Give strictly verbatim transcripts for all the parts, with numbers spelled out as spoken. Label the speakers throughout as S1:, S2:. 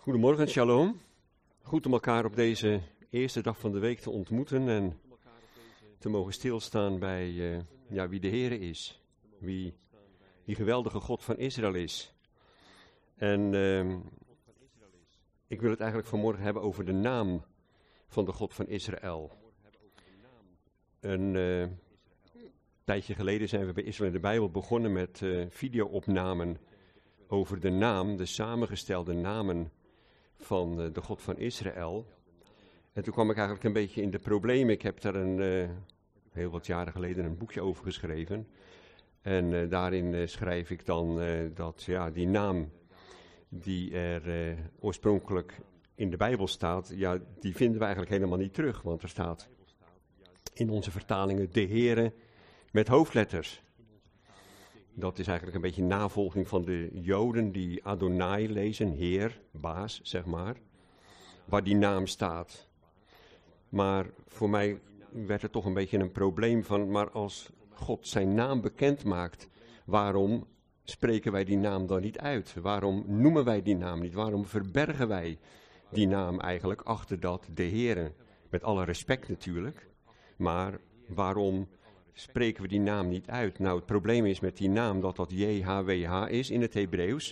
S1: Goedemorgen, shalom. Goed om elkaar op deze eerste dag van de week te ontmoeten en te mogen stilstaan bij uh, ja, wie de Heere is. Wie die geweldige God van Israël is. En uh, ik wil het eigenlijk vanmorgen hebben over de naam van de God van Israël. Een uh, tijdje geleden zijn we bij Israël in de Bijbel begonnen met uh, video-opnamen over de naam, de samengestelde namen van uh, de God van Israël. En toen kwam ik eigenlijk een beetje in de problemen. Ik heb daar een, uh, heel wat jaren geleden een boekje over geschreven. En uh, daarin uh, schrijf ik dan uh, dat ja, die naam die er uh, oorspronkelijk in de Bijbel staat, ja, die vinden we eigenlijk helemaal niet terug. Want er staat in onze vertalingen de Heere met hoofdletters. Dat is eigenlijk een beetje navolging van de Joden die Adonai lezen, Heer, baas, zeg maar, waar die naam staat. Maar voor mij werd het toch een beetje een probleem van, maar als God zijn naam bekend maakt, waarom spreken wij die naam dan niet uit? Waarom noemen wij die naam niet? Waarom verbergen wij die naam eigenlijk achter dat de Heere? Met alle respect natuurlijk, maar waarom spreken we die naam niet uit? Nou, het probleem is met die naam dat dat J H W H is in het Hebreeuws.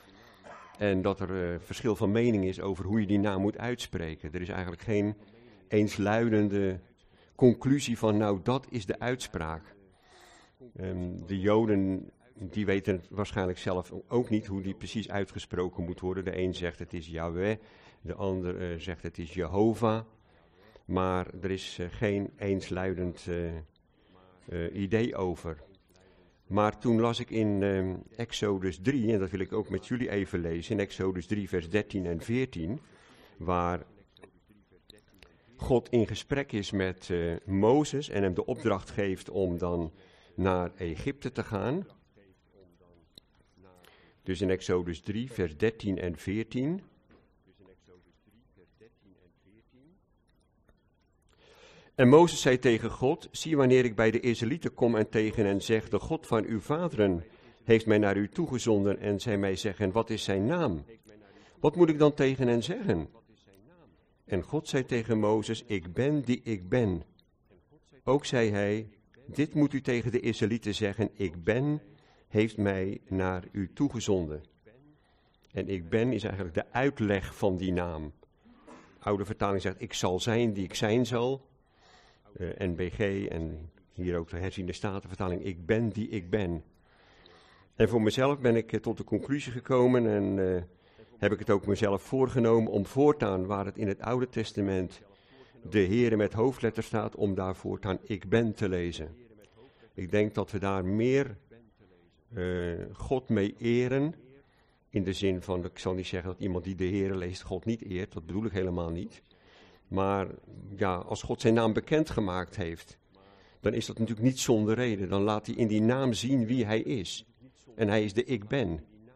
S1: En dat er uh, verschil van mening is over hoe je die naam moet uitspreken. Er is eigenlijk geen eensluidende conclusie van, nou, dat is de uitspraak. Um, de Joden, die weten waarschijnlijk zelf ook niet hoe die precies uitgesproken moet worden. De een zegt het is Yahweh, de ander uh, zegt het is Jehovah. Maar er is uh, geen eensluidend uh, uh, idee over. Maar toen las ik in uh, Exodus drie, en dat wil ik ook met jullie even lezen, in Exodus drie vers dertien en veertien, waar God in gesprek is met uh, Mozes en hem de opdracht geeft om dan naar Egypte te gaan. Dus in Exodus drie vers dertien en veertien. En Mozes zei tegen God, zie wanneer ik bij de Israëlieten kom en tegen hen zeg, de God van uw vaderen heeft mij naar u toegezonden en zij mij zeggen, wat is zijn naam? Wat moet ik dan tegen hen zeggen? En God zei tegen Mozes, ik ben die ik ben. Ook zei hij, dit moet u tegen de Israëlieten zeggen, ik ben, heeft mij naar u toegezonden. En ik ben is eigenlijk de uitleg van die naam. Oude vertaling zegt, ik zal zijn die ik zijn zal. Uh, N B G en hier ook de herziende statenvertaling, ik ben die ik ben. En voor mezelf ben ik uh, tot de conclusie gekomen en uh, heb ik het ook mezelf voorgenomen om voortaan, waar het in het Oude Testament de Heere met hoofdletter staat, om daar voortaan ik ben te lezen. Ik denk dat we daar meer uh, God mee eren, in de zin van, ik zal niet zeggen dat iemand die de Heere leest God niet eert, dat bedoel ik helemaal niet. Maar ja, als God zijn naam bekendgemaakt heeft, dan is dat natuurlijk niet zonder reden. Dan laat hij in die naam zien wie hij is. En hij is de ik ben.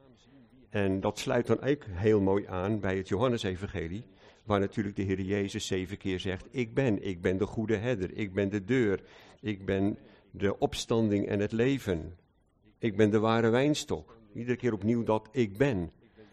S1: En dat sluit dan ook heel mooi aan bij het Johannesevangelie, waar natuurlijk de Heer Jezus zeven keer zegt, ik ben, ik ben de goede herder, ik ben de deur, ik ben de opstanding en het leven. Ik ben de ware wijnstok. Iedere keer opnieuw dat ik ben.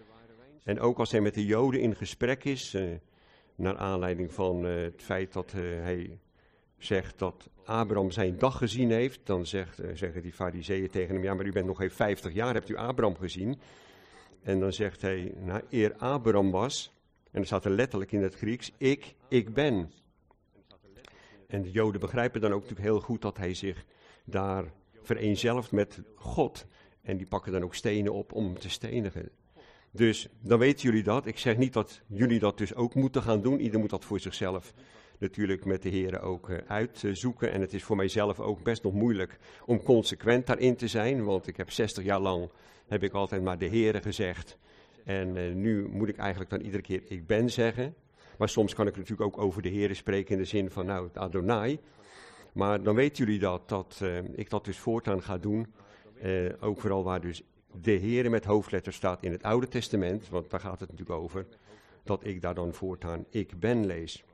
S1: En ook als hij met de Joden in gesprek is, Uh, naar aanleiding van uh, het feit dat uh, hij zegt dat Abraham zijn dag gezien heeft, dan zegt, uh, zeggen die farizeeën tegen hem, ja, maar u bent nog geen vijftig jaar, hebt u Abraham gezien? En dan zegt hij, nou, eer Abraham was, en dan staat er letterlijk in het Grieks, ik, ik ben. En de Joden begrijpen dan ook natuurlijk heel goed dat hij zich daar vereenzelvigt met God. En die pakken dan ook stenen op om hem te stenigen. Dus dan weten jullie dat. Ik zeg niet dat jullie dat dus ook moeten gaan doen. Ieder moet dat voor zichzelf natuurlijk met de Heere ook uh, uitzoeken. En het is voor mijzelf ook best nog moeilijk om consequent daarin te zijn. Want ik heb zestig jaar lang, heb ik altijd maar de Heere gezegd. En uh, nu moet ik eigenlijk dan iedere keer ik ben zeggen. Maar soms kan ik natuurlijk ook over de Heere spreken in de zin van nou, het Adonai. Maar dan weten jullie dat, dat uh, ik dat dus voortaan ga doen. Uh, ook vooral waar dus de Heere met hoofdletters staat in het Oude Testament, want daar gaat het natuurlijk over, dat ik daar dan voortaan ik ben lees.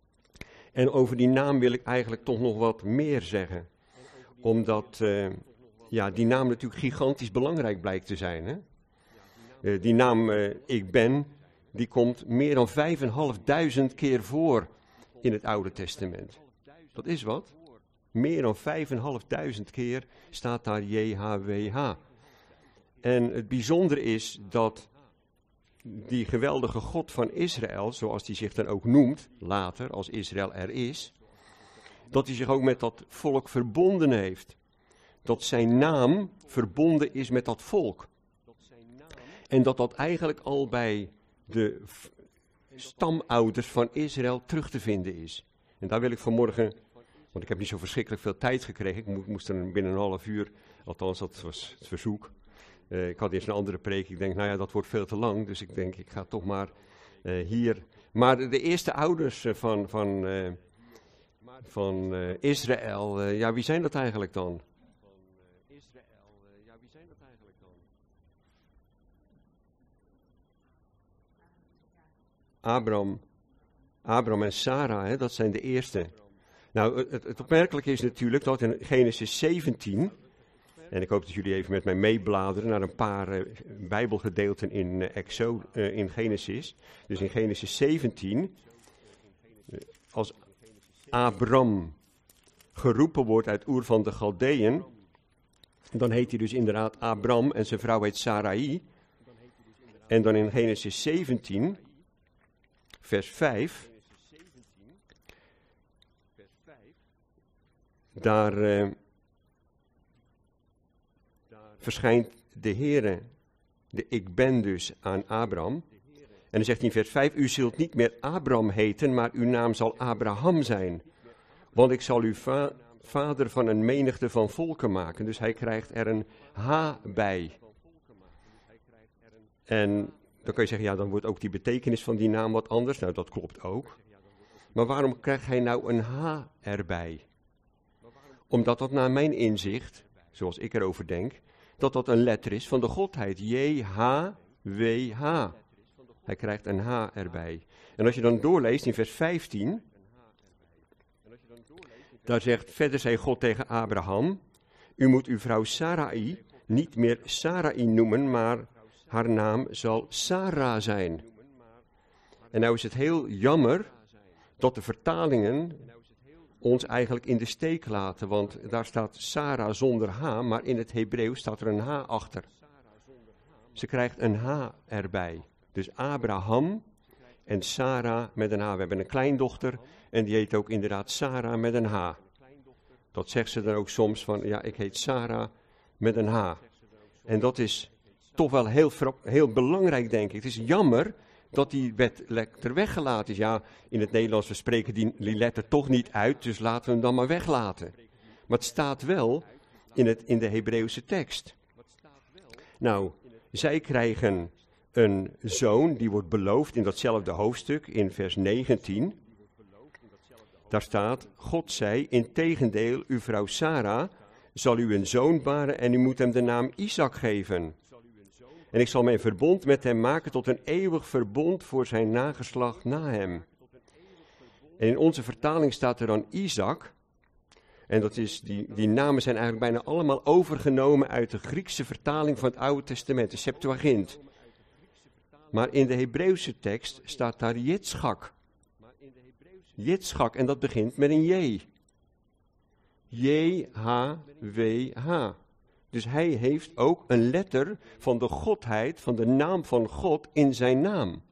S1: En over die naam wil ik eigenlijk toch nog wat meer zeggen. Omdat uh, ja, die naam natuurlijk gigantisch belangrijk blijkt te zijn. Hè? Uh, die naam uh, ik ben, die komt meer dan vijfduizend keer voor in het Oude Testament. Dat is wat. Meer dan vijfduizend keer staat daar J H W H. En het bijzondere is dat die geweldige God van Israël, zoals hij zich dan ook noemt, later als Israël er is, dat hij zich ook met dat volk verbonden heeft. Dat zijn naam verbonden is met dat volk. En dat dat eigenlijk al bij de v- stamouders van Israël terug te vinden is. En daar wil ik vanmorgen, want ik heb niet zo verschrikkelijk veel tijd gekregen. Ik mo- moest er binnen een half uur, althans dat was het verzoek. Uh, ik had eerst een andere preek. Ik denk, nou ja, dat wordt veel te lang. Dus ik denk, ik ga toch maar uh, hier. Maar de, de eerste ouders uh, van, van, uh, van uh, Israël, uh, ja, wie zijn dat eigenlijk dan? Abraham, Abraham en Sarah, hè, dat zijn de eerste. Nou, het, het opmerkelijke is natuurlijk dat in Genesis zeventien, en ik hoop dat jullie even met mij meebladeren naar een paar uh, bijbelgedeelten in, uh, Exo, uh, in Genesis. Dus in Genesis zeventien, uh, als Abram geroepen wordt uit Oer van de Galdeën, dan heet hij dus inderdaad Abram en zijn vrouw heet Sarai. En dan in Genesis zeventien, vers vijf, daar uh, verschijnt de Heere, de ik ben dus, aan Abram. En dan zegt hij in vers vijf, u zult niet meer Abram heten, maar uw naam zal Abraham zijn. Want ik zal u va- vader van een menigte van volken maken. Dus hij krijgt er een H bij. En dan kun je zeggen, ja, dan wordt ook die betekenis van die naam wat anders. Nou, dat klopt ook. Maar waarom krijgt hij nou een H erbij? Omdat dat naar mijn inzicht, zoals ik erover denk, dat dat een letter is van de Godheid. J H W H. Hij krijgt een H erbij. En als je dan doorleest in vers vijftien, daar zegt, verder zei God tegen Abraham, u moet uw vrouw Sarai niet meer Sarai noemen, maar haar naam zal Sarah zijn. En nou is het heel jammer dat de vertalingen ons eigenlijk in de steek laten, want daar staat Sarah zonder H, maar in het Hebreeuws staat er een H achter. Ze krijgt een H erbij. Dus Abraham en Sarah met een H. We hebben een kleindochter en die heet ook inderdaad Sarah met een H. Dat zegt ze dan ook soms van, ja, ik heet Sarah met een H. En dat is toch wel heel, heel belangrijk, denk ik. Het is jammer dat die wet lekker weggelaten is. Ja, in het Nederlands, we spreken die, die letter toch niet uit, dus laten we hem dan maar weglaten. Maar het staat wel in, het, in de Hebreeuwse tekst. Nou, zij krijgen een zoon, die wordt beloofd in datzelfde hoofdstuk, in vers negentien. Daar staat, God zei, integendeel, uw vrouw Sarah zal u een zoon baren en u moet hem de naam Isaac geven. En ik zal mijn verbond met hem maken tot een eeuwig verbond voor zijn nageslacht na hem. En in onze vertaling staat er dan Isaac. En dat is, die, die namen zijn eigenlijk bijna allemaal overgenomen uit de Griekse vertaling van het Oude Testament, de Septuagint. Maar in de Hebreeuwse tekst staat daar Jitschak. Jitschak, en dat begint met een J. J H W H. Dus hij heeft ook een letter van de godheid, van de naam van God in zijn naam.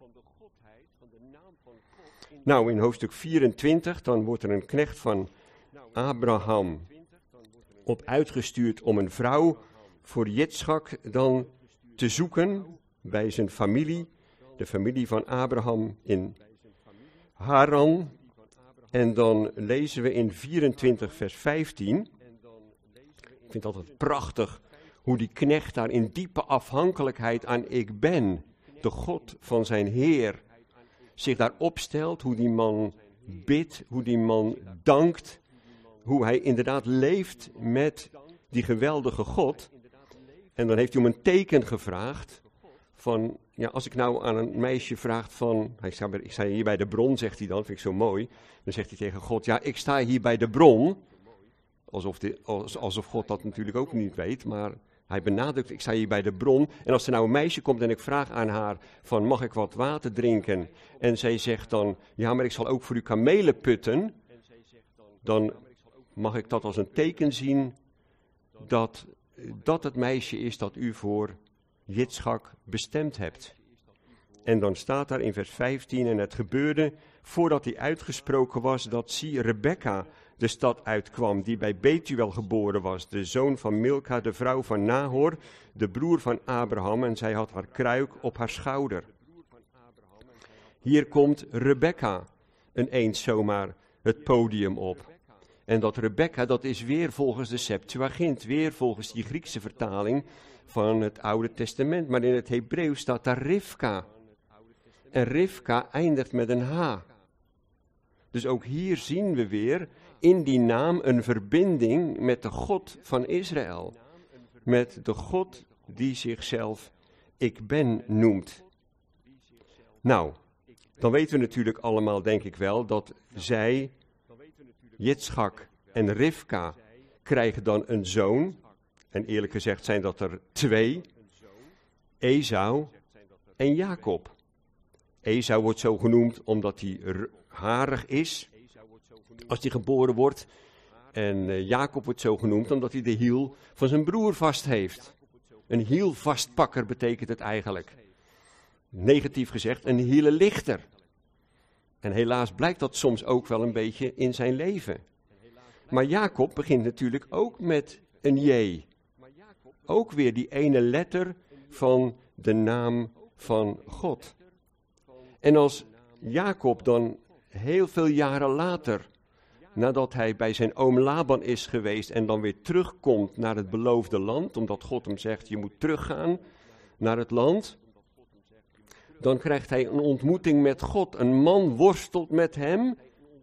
S1: Nou, in hoofdstuk vierentwintig, dan wordt er een knecht van Abraham op uitgestuurd om een vrouw voor Jitschak dan te zoeken bij zijn familie, de familie van Abraham in Haran. En dan lezen we in vierentwintig vers vijftien... Ik vind het altijd prachtig hoe die knecht daar in diepe afhankelijkheid aan ik ben, de God van zijn Heer, zich daar opstelt, hoe die man bidt, hoe die man dankt, hoe hij inderdaad leeft met die geweldige God. En dan heeft hij om een teken gevraagd van, ja, als ik nou aan een meisje vraag van, hij sta, ik sta hier bij de bron, zegt hij dan, vind ik zo mooi, dan zegt hij tegen God, ja, ik sta hier bij de bron. Alsof, de, alsof God dat natuurlijk ook niet weet, maar Hij benadrukt, ik sta hier bij de bron. En als er nou een meisje komt en ik vraag aan haar van, mag ik wat water drinken? En zij zegt dan, ja, maar ik zal ook voor u kamelen putten. Dan mag ik dat als een teken zien dat dat het meisje is dat u voor Jitschak bestemd hebt. En dan staat daar in vers vijftien, en het gebeurde voordat hij uitgesproken was, dat zie Rebekka de stad uitkwam, die bij Betuel geboren was, de zoon van Milka, de vrouw van Nahor, de broer van Abraham, en zij had haar kruik op haar schouder. Hier komt Rebekka ineens zomaar het podium op. En dat Rebekka, dat is weer volgens de Septuagint, weer volgens die Griekse vertaling van het Oude Testament. Maar in het Hebreeuws staat daar Rivka. En Rivka eindigt met een H. Dus ook hier zien we weer in die naam een verbinding met de God van Israël. Met de God die zichzelf Ik Ben noemt. Nou, dan weten we natuurlijk allemaal, denk ik wel, dat zij, Jitschak en Rivka, krijgen dan een zoon. En eerlijk gezegd zijn dat er twee, Esau en Jacob. Esau wordt zo genoemd omdat hij harig is als hij geboren wordt. En uh, Jacob wordt zo genoemd omdat hij de hiel van zijn broer vast heeft. Een hielvastpakker betekent het eigenlijk. Negatief gezegd, een hielenlichter. En helaas blijkt dat soms ook wel een beetje in zijn leven. Maar Jacob begint natuurlijk ook met een J. Ook weer die ene letter van de naam van God. En als Jacob dan heel veel jaren later, nadat hij bij zijn oom Laban is geweest en dan weer terugkomt naar het beloofde land, omdat God hem zegt, je moet teruggaan naar het land, dan krijgt hij een ontmoeting met God. Een man worstelt met hem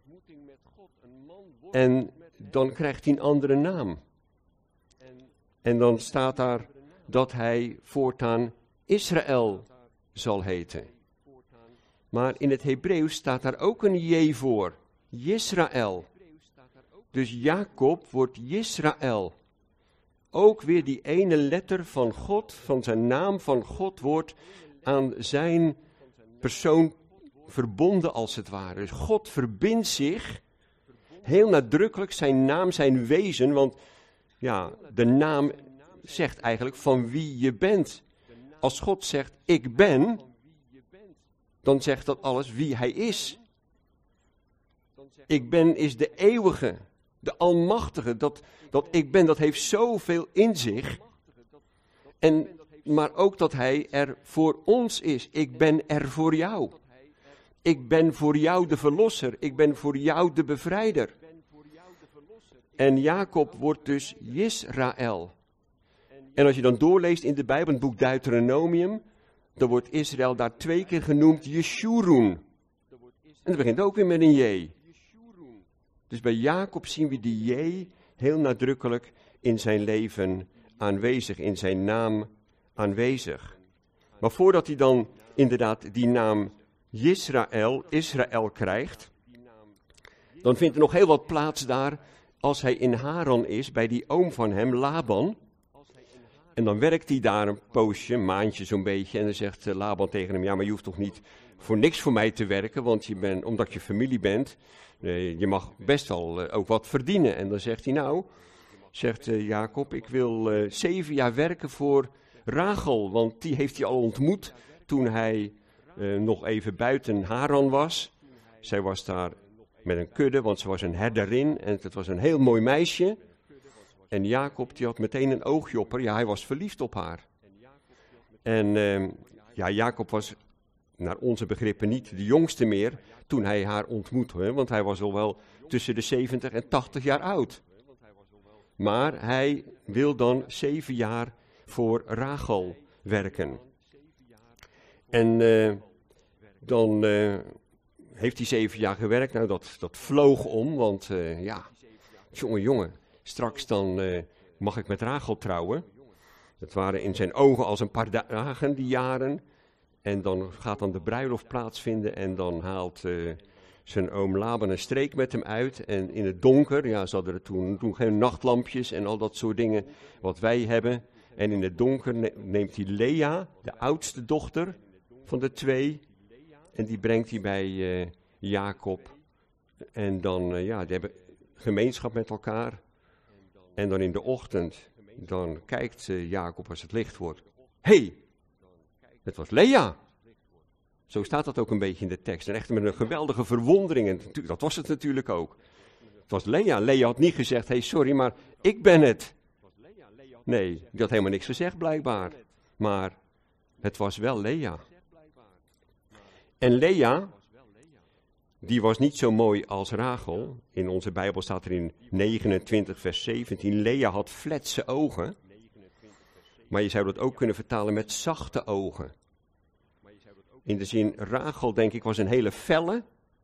S1: en dan krijgt hij een andere naam. En dan staat daar dat hij voortaan Israël zal heten. Maar in het Hebreeuws staat daar ook een J voor, Yisrael. Dus Jacob wordt Yisrael. Ook weer die ene letter van God, van zijn naam van God, wordt aan zijn persoon verbonden als het ware. Dus God verbindt zich heel nadrukkelijk, zijn naam, zijn wezen, want ja, de naam zegt eigenlijk van wie je bent. Als God zegt, ik ben, dan zegt dat alles wie hij is. Ik ben is de eeuwige, de almachtige. Dat, dat ik ben, dat heeft zoveel in zich. En, maar ook dat hij er voor ons is. Ik ben er voor jou. Ik ben voor jou de verlosser. Ik ben voor jou de bevrijder. En Jacob wordt dus Yisrael. En als je dan doorleest in de Bijbel, het boek Deuteronomium, dan wordt Israël daar twee keer genoemd Jeshurun. En dat begint ook weer met een J. Dus bij Jacob zien we die J heel nadrukkelijk in zijn leven aanwezig, in zijn naam aanwezig. Maar voordat hij dan inderdaad die naam Yisrael, Israël krijgt, dan vindt er nog heel wat plaats daar als hij in Haran is, bij die oom van hem, Laban. En dan werkt hij daar een poosje, een maandje zo'n beetje. En dan zegt Laban tegen hem, ja, maar je hoeft toch niet voor niks voor mij te werken, want je bent, omdat je familie bent, uh, je mag best wel uh, ook wat verdienen. En dan zegt hij, nou, zegt uh, Jacob, ik wil uh, zeven jaar werken voor Rachel, want die heeft hij al ontmoet toen hij uh, nog even buiten Haran was. Zij was daar met een kudde, want ze was een herderin en het was een heel mooi meisje. En Jacob, die had meteen een oogje op haar. Ja, hij was verliefd op haar. En uh, ja, Jacob was naar onze begrippen niet de jongste meer toen hij haar ontmoette. Hè, want hij was al wel tussen de zeventig en tachtig jaar oud. Maar hij wil dan zeven jaar voor Rachel werken. En uh, dan uh, heeft hij zeven jaar gewerkt. Nou, dat, dat vloog om, want uh, ja, jongen, jongen. Straks dan uh, mag ik met Rachel trouwen. Het waren in zijn ogen als een paar dagen, die jaren. En dan gaat dan de bruiloft plaatsvinden en dan haalt uh, zijn oom Laban een streek met hem uit. En in het donker, ja, ze hadden er toen, toen geen nachtlampjes en al dat soort dingen wat wij hebben. En in het donker neemt hij Lea, de oudste dochter van de twee. En die brengt hij bij uh, Jacob. En dan, uh, ja, die hebben gemeenschap met elkaar. En dan in de ochtend, dan kijkt uh, Jacob als het licht wordt. Hé, hey, het was Lea. Zo staat dat ook een beetje in de tekst. En echt met een geweldige verwondering. En dat was het natuurlijk ook. Het was Lea. Lea had niet gezegd, hé hey, sorry, maar ik ben het. Nee, die had helemaal niks gezegd blijkbaar. Maar het was wel Lea. En Lea, die was niet zo mooi als Rachel. In onze Bijbel staat er in negenentwintig vers zeventien. Lea had fletse ogen. Maar je zou dat ook kunnen vertalen met zachte ogen. In de zin, Rachel denk ik was een hele felle.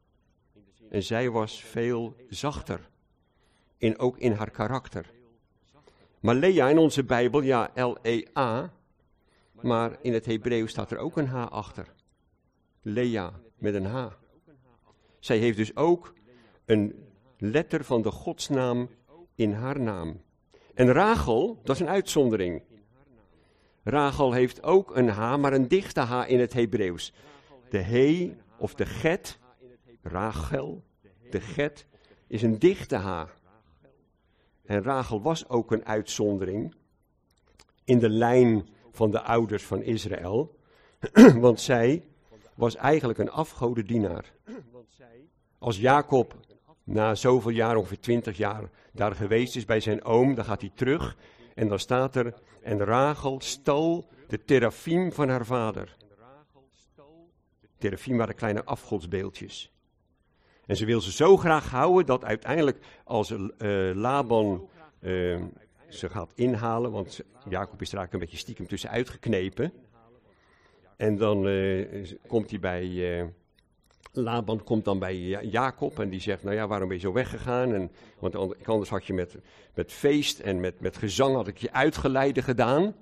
S1: En zij was veel zachter. In, ook in haar karakter. Maar Lea in onze Bijbel, ja, L E A. Maar in het Hebreeuws staat er ook een H achter. Lea met een H. Zij heeft dus ook een letter van de godsnaam in haar naam. En Rachel, dat is een uitzondering. Rachel heeft ook een H, maar een dichte H in het Hebreeuws. De he of de get, Rachel, de get, is een dichte H. En Rachel was ook een uitzondering in de lijn van de ouders van Israël. Want zij was eigenlijk een afgodendienaar. Als Jacob na zoveel jaar, ongeveer twintig jaar, daar geweest is bij zijn oom, dan gaat hij terug. En dan staat er, en Rachel stal de terafim van haar vader. Terafim waren kleine afgodsbeeldjes. En ze wil ze zo graag houden dat uiteindelijk als uh, Laban uh, ze gaat inhalen, want Jacob is er eigenlijk een beetje stiekem tussenuit geknepen. En dan uh, komt hij bij, uh, Laban komt dan bij Jacob en die zegt, nou ja, waarom ben je zo weggegaan? En, want anders had je met, met feest en met, met gezang had ik je uitgeleide gedaan.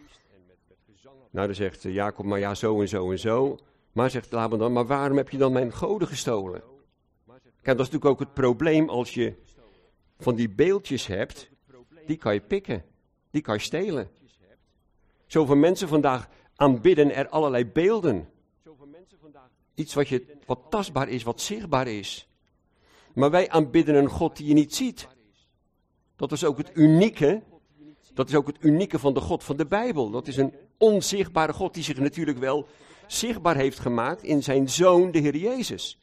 S1: Nou, dan zegt Jacob, maar ja, zo en zo en zo. Maar zegt Laban dan, maar waarom heb je dan mijn goden gestolen? Kijk, dat is natuurlijk ook het probleem als je van die beeldjes hebt, die kan je pikken, die kan je stelen. Zoveel mensen vandaag aanbidden er allerlei beelden. Iets wat, je, wat tastbaar is, wat zichtbaar is. Maar wij aanbidden een God die je niet ziet. Dat is ook het unieke, dat is ook het unieke van de God van de Bijbel. Dat is een onzichtbare God die zich natuurlijk wel zichtbaar heeft gemaakt in zijn Zoon, de Heer Jezus.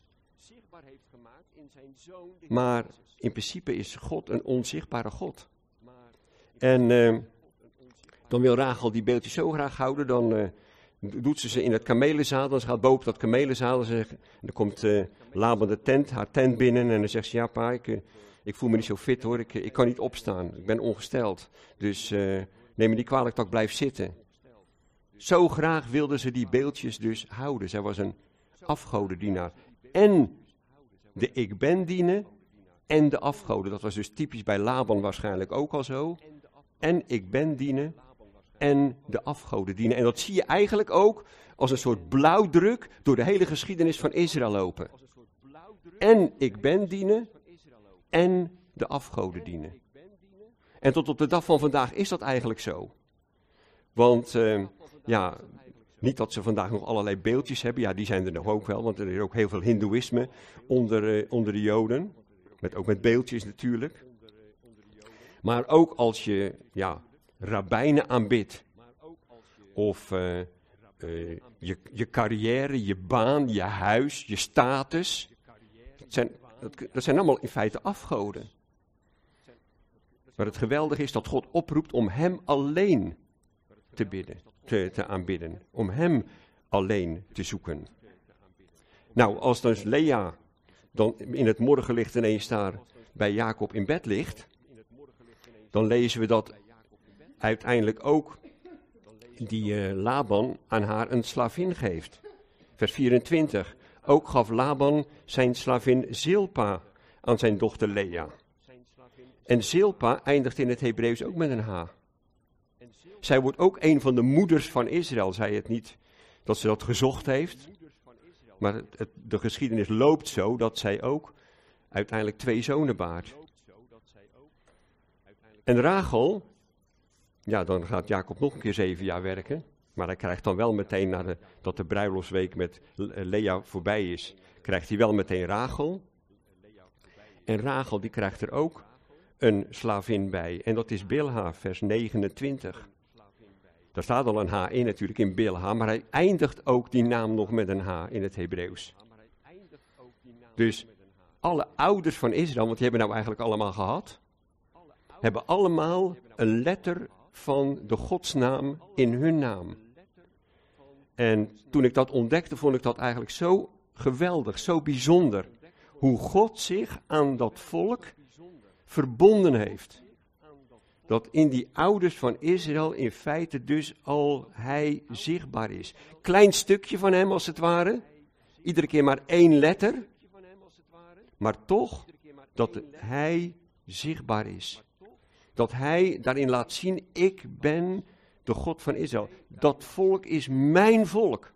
S1: Maar in principe is God een onzichtbare God. En uh, dan wil Rachel die beeldjes zo graag houden, dan uh, doet ze ze in het kamelenzadel. Ze gaat boven dat kamelenzadel en dan komt uh, Laban de tent, haar tent binnen en dan zegt ze, ja pa, ik, uh, ik voel me niet zo fit hoor, ik, ik kan niet opstaan, ik ben ongesteld. Dus uh, neem me niet kwalijk dat ik blijf zitten. Zo graag wilde ze die beeldjes dus houden. Zij was een afgodendienaar. En de ik ben dienen en de afgoden. Dat was dus typisch bij Laban waarschijnlijk ook al zo. En ik ben dienen en de afgoden dienen. En dat zie je eigenlijk ook als een soort blauwdruk door de hele geschiedenis van Israël lopen. En ik ben dienen en de afgoden dienen. En tot op de dag van vandaag is dat eigenlijk zo. Want uh, ja, niet dat ze vandaag nog allerlei beeldjes hebben. Ja, die zijn er nog ook wel, want er is ook heel veel hindoeïsme onder, uh, onder de Joden. Met, ook met beeldjes natuurlijk. Maar ook als je ja, rabbijnen aanbidt. Of uh, uh, je, je carrière, je baan, je huis, je status. Dat zijn, dat, dat zijn allemaal in feite afgoden. Maar het geweldige is dat God oproept om hem alleen te bidden, te, te aanbidden. Om hem alleen te zoeken. Nou, als dus Lea dan in het morgenlicht ineens daar bij Jacob in bed ligt, dan lezen we dat uiteindelijk ook die uh, Laban aan haar een slavin geeft. Vers vierentwintig. Ook gaf Laban zijn slavin Zilpa aan zijn dochter Lea. En Zilpa eindigt in het Hebreeuws ook met een H. Zij wordt ook een van de moeders van Israël. Zij het niet dat ze dat gezocht heeft. Maar het, het, de geschiedenis loopt zo dat zij ook uiteindelijk twee zonen baart. En Rachel, ja, dan gaat Jacob nog een keer zeven jaar werken. Maar hij krijgt dan wel meteen, nadat de, de bruiloftsweek met Lea voorbij is, krijgt hij wel meteen Rachel. En Rachel die krijgt er ook een slavin bij. En dat is Bilha, vers negenentwintig. Daar staat al een H in natuurlijk, in Bilha. Maar hij eindigt ook die naam nog met een H in het Hebreeuws. Dus alle ouders van Israël, want die hebben nou eigenlijk allemaal gehad, hebben allemaal een letter van de godsnaam in hun naam. En toen ik dat ontdekte, vond ik dat eigenlijk zo geweldig, zo bijzonder. Hoe God zich aan dat volk verbonden heeft. Dat in die ouders van Israël in feite dus al hij zichtbaar is. Klein stukje van hem als het ware. Iedere keer maar één letter. Maar toch dat hij zichtbaar is. Dat hij daarin laat zien, ik ben de God van Israël. Dat volk is mijn volk.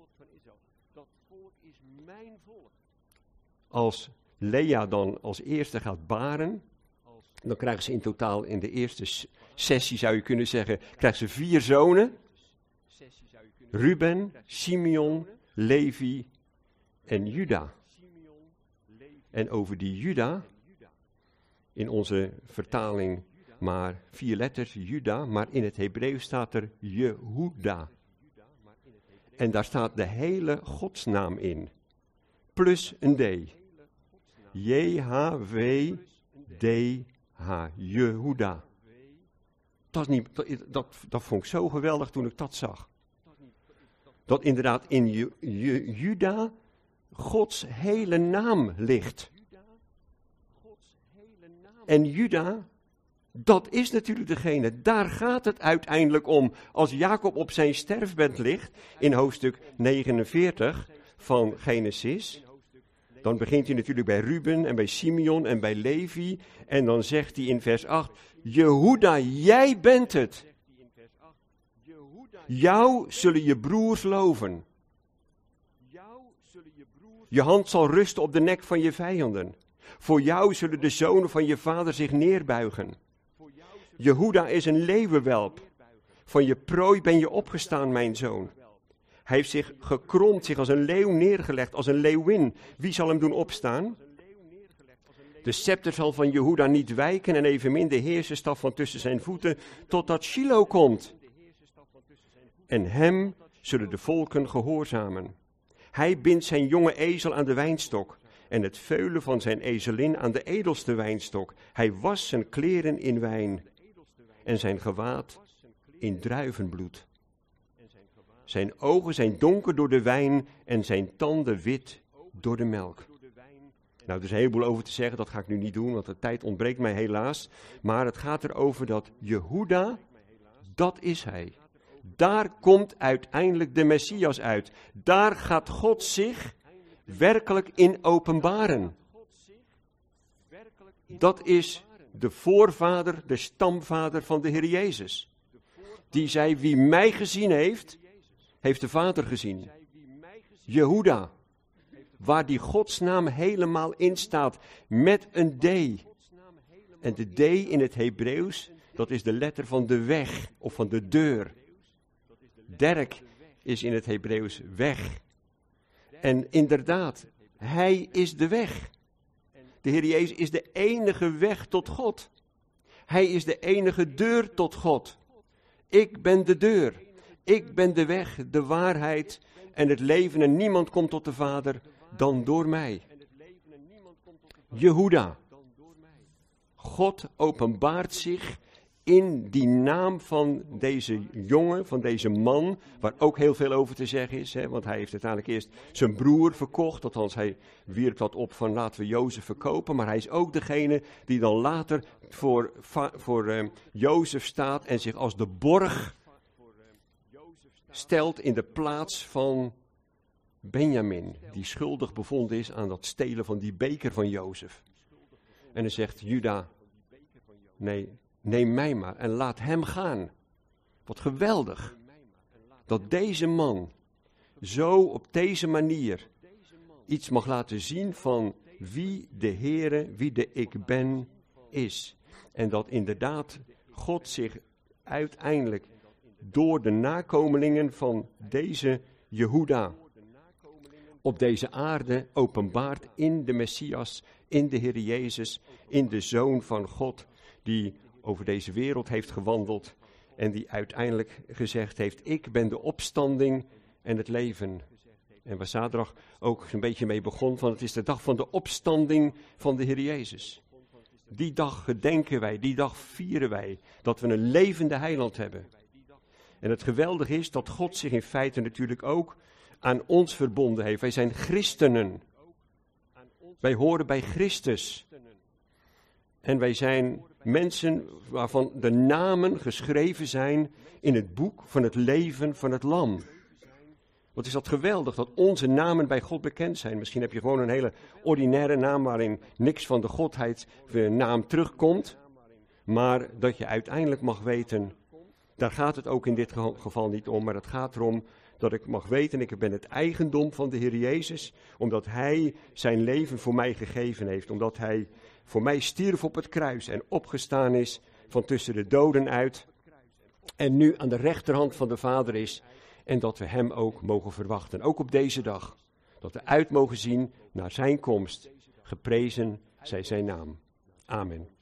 S1: Als Lea dan als eerste gaat baren, dan krijgen ze in totaal in de eerste sessie, zou je kunnen zeggen, krijgen ze vier zonen. Ruben, Simeon, Levi en Juda. En over die Juda, in onze vertaling maar vier letters, Juda, maar in het Hebreeuws staat er Jehuda. En daar staat de hele godsnaam in, plus een D. J H W D H, Jehuda. Dat, is niet, dat, dat, dat vond ik zo geweldig toen ik dat zag. Dat inderdaad in Ju, Ju, Juda Gods hele naam ligt. En Juda, dat is natuurlijk degene, daar gaat het uiteindelijk om. Als Jacob op zijn sterfbed ligt, in hoofdstuk negenenveertig van Genesis, dan begint hij natuurlijk bij Ruben en bij Simeon en bij Levi. En dan zegt hij in vers acht, Jehuda, jij bent het. Jou zullen je broers loven. Je hand zal rusten op de nek van je vijanden. Voor jou zullen de zonen van je vader zich neerbuigen. Jehuda is een leeuwenwelp. Van je prooi ben je opgestaan, mijn zoon. Hij heeft zich gekromd, zich als een leeuw neergelegd, als een leeuwin. Wie zal hem doen opstaan? De scepter zal van Jehuda niet wijken en evenmin de heerserstaf van tussen zijn voeten, totdat Shilo komt. En hem zullen de volken gehoorzamen. Hij bindt zijn jonge ezel aan de wijnstok en het veulen van zijn ezelin aan de edelste wijnstok. Hij wast zijn kleren in wijn en zijn gewaad in druivenbloed. Zijn ogen zijn donker door de wijn en zijn tanden wit door de melk. Nou, er is een heleboel over te zeggen, dat ga ik nu niet doen, want de tijd ontbreekt mij helaas. Maar het gaat erover dat Jehuda, dat is hij. Daar komt uiteindelijk de Messias uit. Daar gaat God zich werkelijk in openbaren. Dat is de voorvader, de stamvader van de Heer Jezus. Die zei, wie mij gezien heeft, heeft de Vader gezien. Jehuda, waar die godsnaam helemaal in staat, met een D. En de D in het Hebreeuws, dat is de letter van de weg, of van de deur. Derk is in het Hebreeuws weg. En inderdaad, hij is de weg. De Heer Jezus is de enige weg tot God. Hij is de enige deur tot God. Ik ben de deur. Ik ben de weg, de waarheid en het leven. En niemand komt tot de Vader dan door mij. Jehuda. God openbaart zich in die naam van deze jongen, van deze man, waar ook heel veel over te zeggen is. Hè, want hij heeft uiteindelijk eerst zijn broer verkocht. Althans, hij wierp dat op van laten we Jozef verkopen. Maar hij is ook degene die dan later voor, voor uh, Jozef staat en zich als de borg stelt in de plaats van Benjamin, die schuldig bevonden is aan dat stelen van die beker van Jozef. En hij zegt, Juda, nee, neem mij maar en laat hem gaan. Wat geweldig, dat deze man zo op deze manier iets mag laten zien van wie de Heere, wie de ik ben is. En dat inderdaad God zich uiteindelijk door de nakomelingen van deze Jehuda op deze aarde openbaart in de Messias, in de Heer Jezus, in de Zoon van God, die over deze wereld heeft gewandeld en die uiteindelijk gezegd heeft, ik ben de opstanding en het leven. En waar Sadrach ook een beetje mee begon, van het is de dag van de opstanding van de Heer Jezus. Die dag gedenken wij, die dag vieren wij, dat we een levende heiland hebben. En het geweldige is dat God zich in feite natuurlijk ook aan ons verbonden heeft. Wij zijn christenen. Wij horen bij Christus. En wij zijn mensen waarvan de namen geschreven zijn in het boek van het leven van het Lam. Wat is dat geweldig, dat onze namen bij God bekend zijn. Misschien heb je gewoon een hele ordinaire naam waarin niks van de Godheid naam terugkomt. Maar dat je uiteindelijk mag weten, daar gaat het ook in dit geval niet om, maar het gaat erom dat ik mag weten, ik ben het eigendom van de Heer Jezus, omdat Hij zijn leven voor mij gegeven heeft, omdat Hij voor mij stierf op het kruis en opgestaan is van tussen de doden uit en nu aan de rechterhand van de Vader is en dat we Hem ook mogen verwachten, ook op deze dag, dat we uit mogen zien naar Zijn komst, geprezen zij Zijn naam. Amen.